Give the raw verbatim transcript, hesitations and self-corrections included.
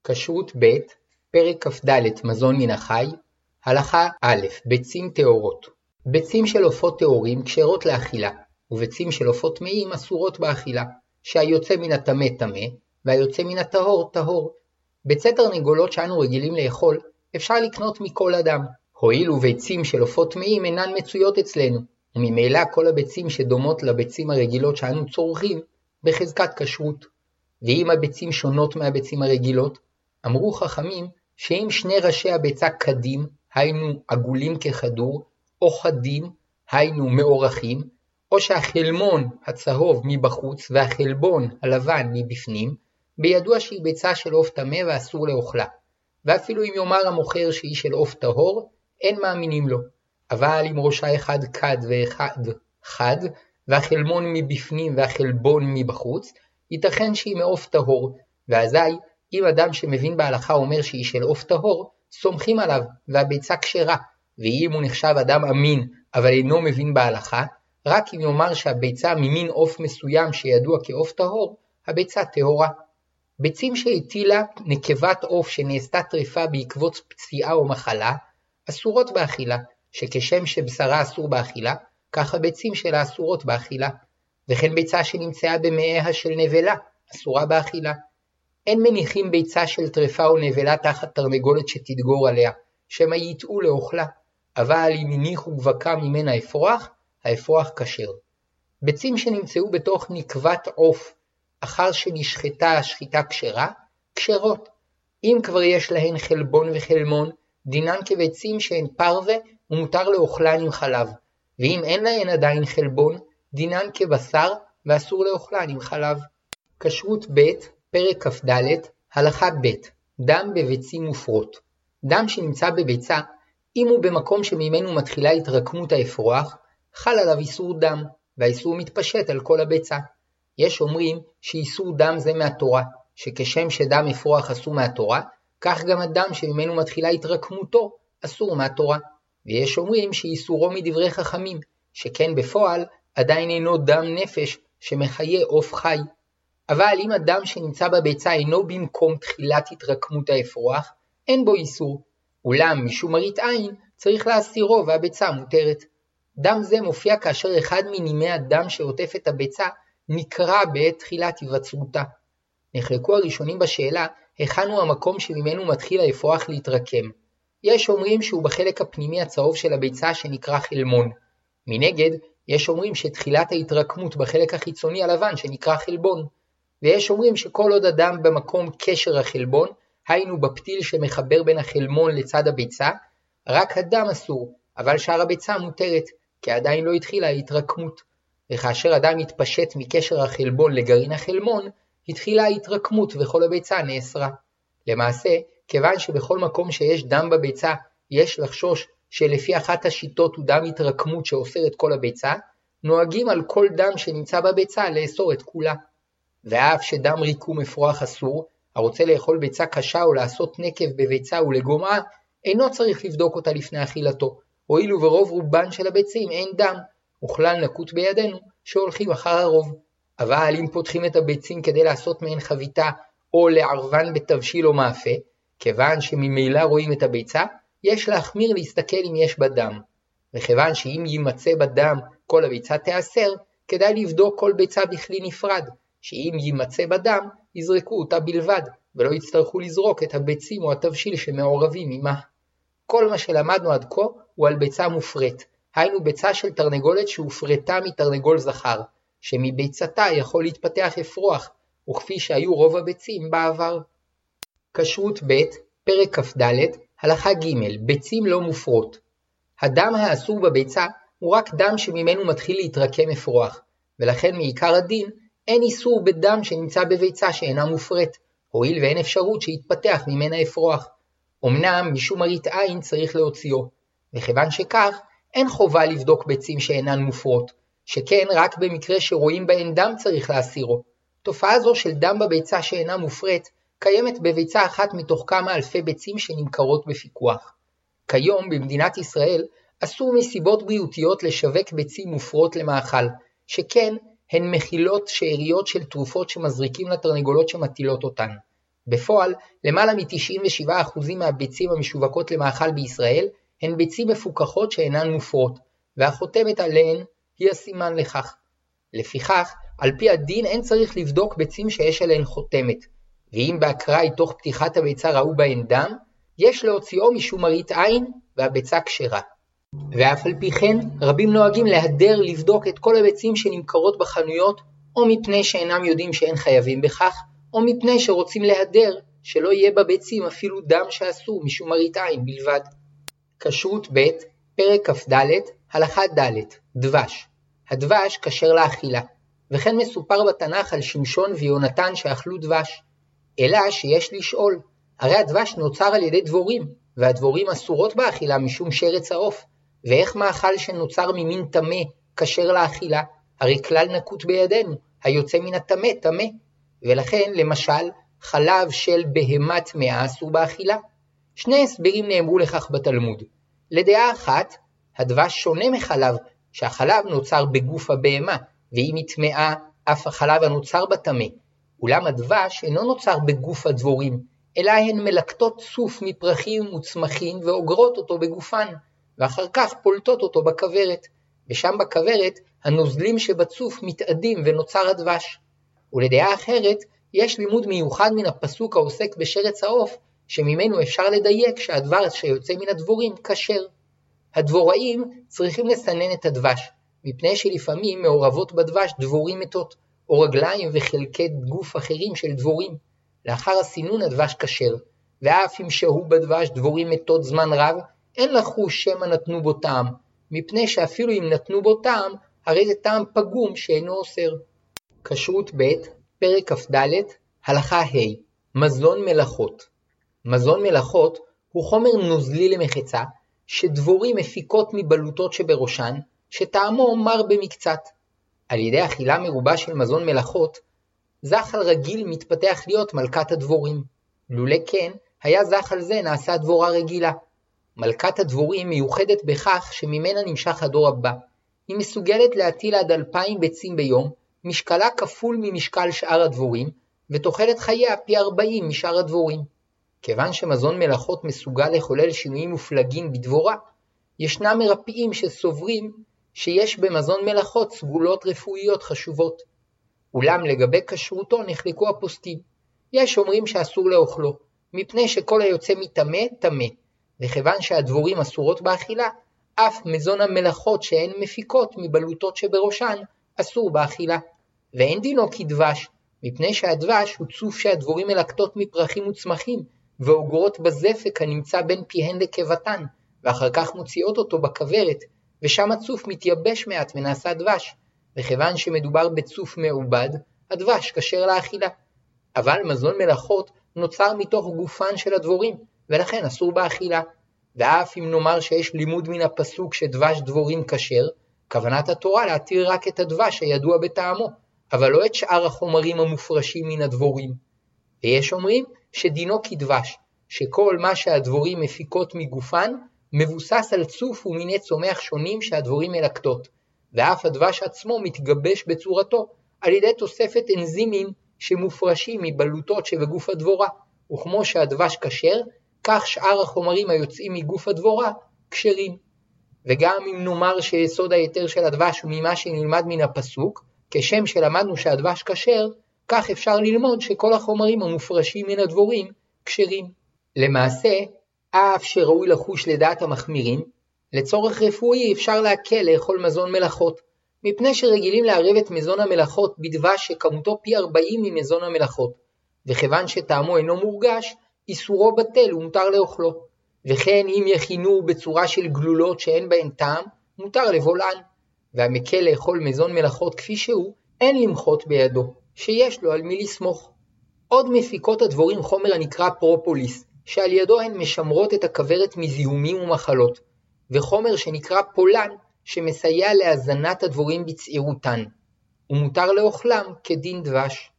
כשרות ב' פרק כ"ד מזון מן החי. הלכה א' ביצים טהורות. ביצים של עופות טהורים כשרות לאכילה, וביצים של עופות טמאים אסורות באכילה, שהיוצא מן הטמא טמא, והיוצא מן הטהור טהור. ביצי תרנגולות שאנו רגילים לאכול אפשר לקנות מכל אדם, הואיל וביצים של עופות טמאים אינן מצויות אצלנו, וממילא כל הביצים שדומות לביצים הרגילות שאנו צורכים בחזקת כשרות. ואם הביצים שונות מהביצים הרגילות, אמרו חכמים שאם שני ראשי הביצה קדים, היינו עגולים ככדור, או חדים, היינו מאורכים, או שהחלמון הצהוב מבחוץ והחלבון הלבן מבפנים, בידוע שהיא ביצה של עוף טמא ואסור לאוכלה. ואפילו אם יאמר המוכר שהיא של עוף טהור, אין מאמינים לו. אבל אם ראשה אחד קד ואחד חד, והחלמון מבפנים והחלבון מבחוץ, ייתכן שהיא מעוף טהור, ואזי אם אדם שמבין בהלכה אומר שהיא של עוף טהור, סומכים עליו והביצה כשרה, ואם הוא נחשב אדם אמין אבל אינו מבין בהלכה, רק אם יאמר שהביצה ממין עוף מסוים שידוע כעוף טהור, הביצה טהורה. ביצים שהטילה נקבת עוף שנעשתה טריפה בעקבות פציעה או מחלה, אסורות באכילה, שכשם שבשרה אסור באכילה, כך הביצים שלה אסורות באכילה. וכן ביצה שנמצאה במאיה של נבלה, אסורה באכילה. אין מניחים ביצה של טרפה או נבלה תחת תרנגולת שתדגור עליה, שמא יטעו לאוכלה, אבל אם הניחו ובקע ממנה אפרוח, האפרוח כשר. ביצים שנמצאו בתוך נקבת עוף, אחר שנשחטה שחיטה כשרה, כשרות. אם כבר יש להן חלבון וחלמון, דינן כביצים שהן פרווה ומותר לאוכלן עם חלב, ואם אין להן עדיין חלבון, דינן כבשר ואסור לאוכלן עם חלב. כשרות ב' פרק כ"ד הלכה ב' דם בביצים מופרות. דם שנמצא בביצה, אם הוא במקום שממנו מתחילה התרקמות האפרוח, חל עליו איסור דם, והאיסור מתפשט על כל הביצה. יש אומרים שאיסור דם זה מהתורה, שכשם שדם אפרוח אסור מהתורה, כך גם הדם שממנו מתחילה התרקמותו אסור מהתורה. ויש אומרים שאיסורו מדברי חכמים, שכן בפועל עדיין אינו דם נפש שמחיה עוף חי. אבל אם הדם שנמצא בביצה אינו במקום תחילת התרקמות האפרוח, אין בו איסור. אולם משום מראית עין צריך להסירו והביצה מותרת. דם זה מופיע כאשר אחד מנימי הדם שעוטף את הביצה נקרע בעת תחילת היווצרותה. נחלקו הראשונים בשאלה היכן הוא המקום שממנו מתחיל האפרוח להתרקם. יש אומרים שהוא בחלק הפנימי הצהוב של הביצה שנקרא חלמון. מנגד, יש אומרים שתחילת ההתרקמות בחלק החיצוני הלבן שנקרא חלבון. ויש אומרים שכל עוד הדם במקום קשר החלבון, היינו בפתיל שמחבר בין החלמון לצד הביצה, רק הדם אסור, אבל שאר הביצה מותרת, כי עדיין לא התחילה ההתרקמות. וכאשר הדם התפשט מקשר החלבון לגרעין החלמון, התחילה ההתרקמות וכל הביצה נאסרה. למעשה, כיוון שבכל מקום שיש דם בביצה, יש לחשוש שלפי אחת השיטות הוא דם התרקמות שאוסר את כל הביצה, נוהגים על כל דם שנמצא בביצה לאסור את כולה. ואף שדם ריקום אפרוח אסור, הרוצה לאכול ביצה קשה או לעשות נקב בביצה ולגומעה, אינו צריך לבדוק אותה לפני אכילתו, הואיל וברוב רובן של הביצים אין דם, וכלל נקוט בידינו שהולכים אחר הרוב. אבל אם פותחים את הביצים כדי לעשות מהן חביתה או לערבן בתבשיל או מאפה, כיוון שממילא רואים את הביצה, יש להחמיר להסתכל אם יש בה דם. וכיוון שאם יימצא בדם כל הביצה תיאסר, כדאי לבדוק כל ביצה בכלי נפרד, שאם יימצא בדם יזרקו אותה בלבד, ולא יצטרכו לזרוק את הביצים או התבשיל שמעורבים עמה. כל מה שלמדנו עד כה הוא על ביצה מופרט, היינו ביצה של תרנגולת שהופרטה מתרנגול זכר, שמביצתה יכול להתפתח אפרוח, וכפי שהיו רוב הביצים בעבר. כשרות ב' פרק כ"ד הלכה ג' ביצים לא מופרות. הדם האסור בביצה הוא רק דם שממנו מתחיל להתרקם אפרוח, ולכן מעיקר הדין אין איסור בדם שנמצא בביצה שאינה מופרת, הואיל ואין אפשרות שיתפתח ממנה אפרוח. אמנם משום מראית עין צריך להוציאו, וכיוון שכך אין חובה לבדוק ביצים שאינן מופרות, שכן רק במקרה שרואים בהן דם צריך להסירו. תופעה זו של דם בביצה שאינה מופרת קיימת בביצה אחת מתוך כמה אלפי ביצים שנמכרות בפיקוח. כיום במדינת ישראל אסור מסיבות בריאותיות לשווק ביצים מופרות למאכל, שכן הן מכילות שאריות של תרופות שמזריקים לתרנגולות שמטילות אותן. בפועל, למעלה מ-תשעים ושבעה אחוז מהביצים המשווקות למאכל בישראל הן ביצים מפוקחות שאינן מופרות, והחותמת עליהן היא הסימן לכך. לפיכך, על פי הדין אין צריך לבדוק ביצים שיש עליהן חותמת, ואם באקראי תוך פתיחת הביצה ראו בהן דם, יש להוציאו משום מראית עין והביצה כשרה. ואף על פי כן, רבים נוהגים להדר לבדוק את כל הביצים שנמכרות בחנויות, או מפני שאינם יודעים שאין חייבים בכך, או מפני שרוצים להדר שלא יהיה בביצים אפילו דם שאסור משום מראית עין בלבד. כשרות ב' פרק כ"ד הלכה ד' דבש. הדבש כשר לאכילה, וכן מסופר בתנ"ך על שמשון ויונתן שאכלו דבש. אלא שיש לשאול, הרי הדבש נוצר על ידי דבורים, והדבורים אסורות באכילה משום שרץ העוף, ואיך מאכל שנוצר ממין טמא כשר לאכילה? הרי כלל נקוט בידינו, היוצא מן הטמא טמא. ולכן למשל חלב של בהמה טמאה אסור באכילה. שני הסברים נאמרו לכך בתלמוד. לדעה אחת, הדבש שונה מחלב, שהחלב נוצר בגוף הבהמה, ואם היא טמאה, אף החלב הנוצר בטמא. אולם הדבש אינו נוצר בגוף הדבורים, אלא הן מלקטות צוף מפרחים וצמחים ואוגרות אותו בגופן, ואחר כך פולטות אותו בכוורת, ושם בכוורת הנוזלים שבצוף מתאדים ונוצר הדבש. ולדעה אחרת, יש לימוד מיוחד מן הפסוק העוסק בשרץ העוף, שממנו אפשר לדייק שהדבש שיוצא מן הדבורים כשר. הדבוראים צריכים לסנן את הדבש, מפני שלפעמים מעורבות בדבש דבורים מתות, או רגליים וחלקי גוף אחרים של דבורים. לאחר הסינון הדבש כשר, ואף אם שהו בדבש דבורים מתות זמן רב, אין לחוש שמא נתנו בו טעם, מפני שאפילו אם נתנו בו טעם, הרי זה טעם פגום שאינו אוסר. כשרות ב' פרק כ"ד הלכה ה' מזון מלאכות. מזון מלאכות הוא חומר נוזלי למחצה, שדבורים מפיקות מבלוטות שבראשן, שטעמו מר במקצת. על ידי אכילה מרובה של מזון מלאכות, זחל רגיל מתפתח להיות מלכת הדבורים. לולא כן, היה זחל זה נעשה דבורה רגילה. מלכת הדבורים מיוחדת בכך שממנה נמשך הדור הבא. היא מסוגלת להטיל עד אלפיים ביצים ביום, משקלה כפול ממשקל שאר הדבורים, ותוחלת חייה פי ארבעים משאר הדבורים. כיוון שמזון מלאכות מסוגל לחולל שינויים מופלגים בדבורה, ישנם מרפאים שסוברים שיש במזון מלאכות סגולות רפואיות חשובות. אולם לגבי כשרותו נחלקו הפוסקים. יש אומרים שאסור לאוכלו, מפני שכל היוצא מטמא טמא, וכיוון שהדבורים אסורות באכילה, אף מזון המלאכות שהן מפיקות מבלוטות שבראשן אסור באכילה. ואין דינו כדבש, מפני שהדבש הוא צוף שהדבורים מלקטות מפרחים וצמחים, ואוגרות בזפק הנמצא בין פיהן לקבתן, ואחר כך מוציאות אותו בכוורת, ושם הצוף מתייבש מעט ונעשה דבש, וכיוון שמדובר בצוף מעובד, הדבש כשר לאכילה. אבל מזון מלאכות נוצר מתוך גופן של הדבורים, ולכן אסור באכילה. ואף אם נאמר שיש לימוד מן הפסוק שדבש דבורים כשר, כוונת התורה להתיר רק את הדבש הידוע בטעמו, אבל לא את שאר החומרים המופרשים מן הדבורים. ויש אומרים שדינו כדבש, שכל מה שהדבורים מפיקות מגופן, מבוסס על צוף ומיני צומח שונים שהדבורים מלקטות, ואף הדבש עצמו מתגבש בצורתו על ידי תוספת אנזימים שמופרשים מבלוטות שבגוף הדבורה, וכמו שהדבש כשר, כך שאר החומרים היוצאים מגוף הדבורה כשרים. וגם אם נאמר שיסוד היתר של הדבש הוא ממה שנלמד מן הפסוק, כשם שלמדנו שהדבש כשר, כך אפשר ללמוד שכל החומרים המופרשים מן הדבורים כשרים. למעשה, אף שראוי לחוש לדעת המחמירים, לצורך רפואי אפשר להקל לאכול מזון מלאכות, מפני שרגילים לערב את מזון המלאכות בדבש שכמותו פי ארבעים ממזון המלאכות, וכיוון שטעמו אינו מורגש, איסורו בטל ומותר לאכלו. וכן אם יכינו בצורה של גלולות שאין בהן טעם, מותר לבולען. והמקל לאכול מזון מלאכות כפי שהוא, אין למחות בידו, שיש לו על מי לסמוך. עוד מפיקות הדבורים חומר הנקרא פרופוליס, שעל ידו הן משמרות את הכוורת מזיהומים ומחלות, וחומר שנקרא פולן, שמסייע להזנת הדבורים בצעירותן, ומותר לאוכלם כדין דבש.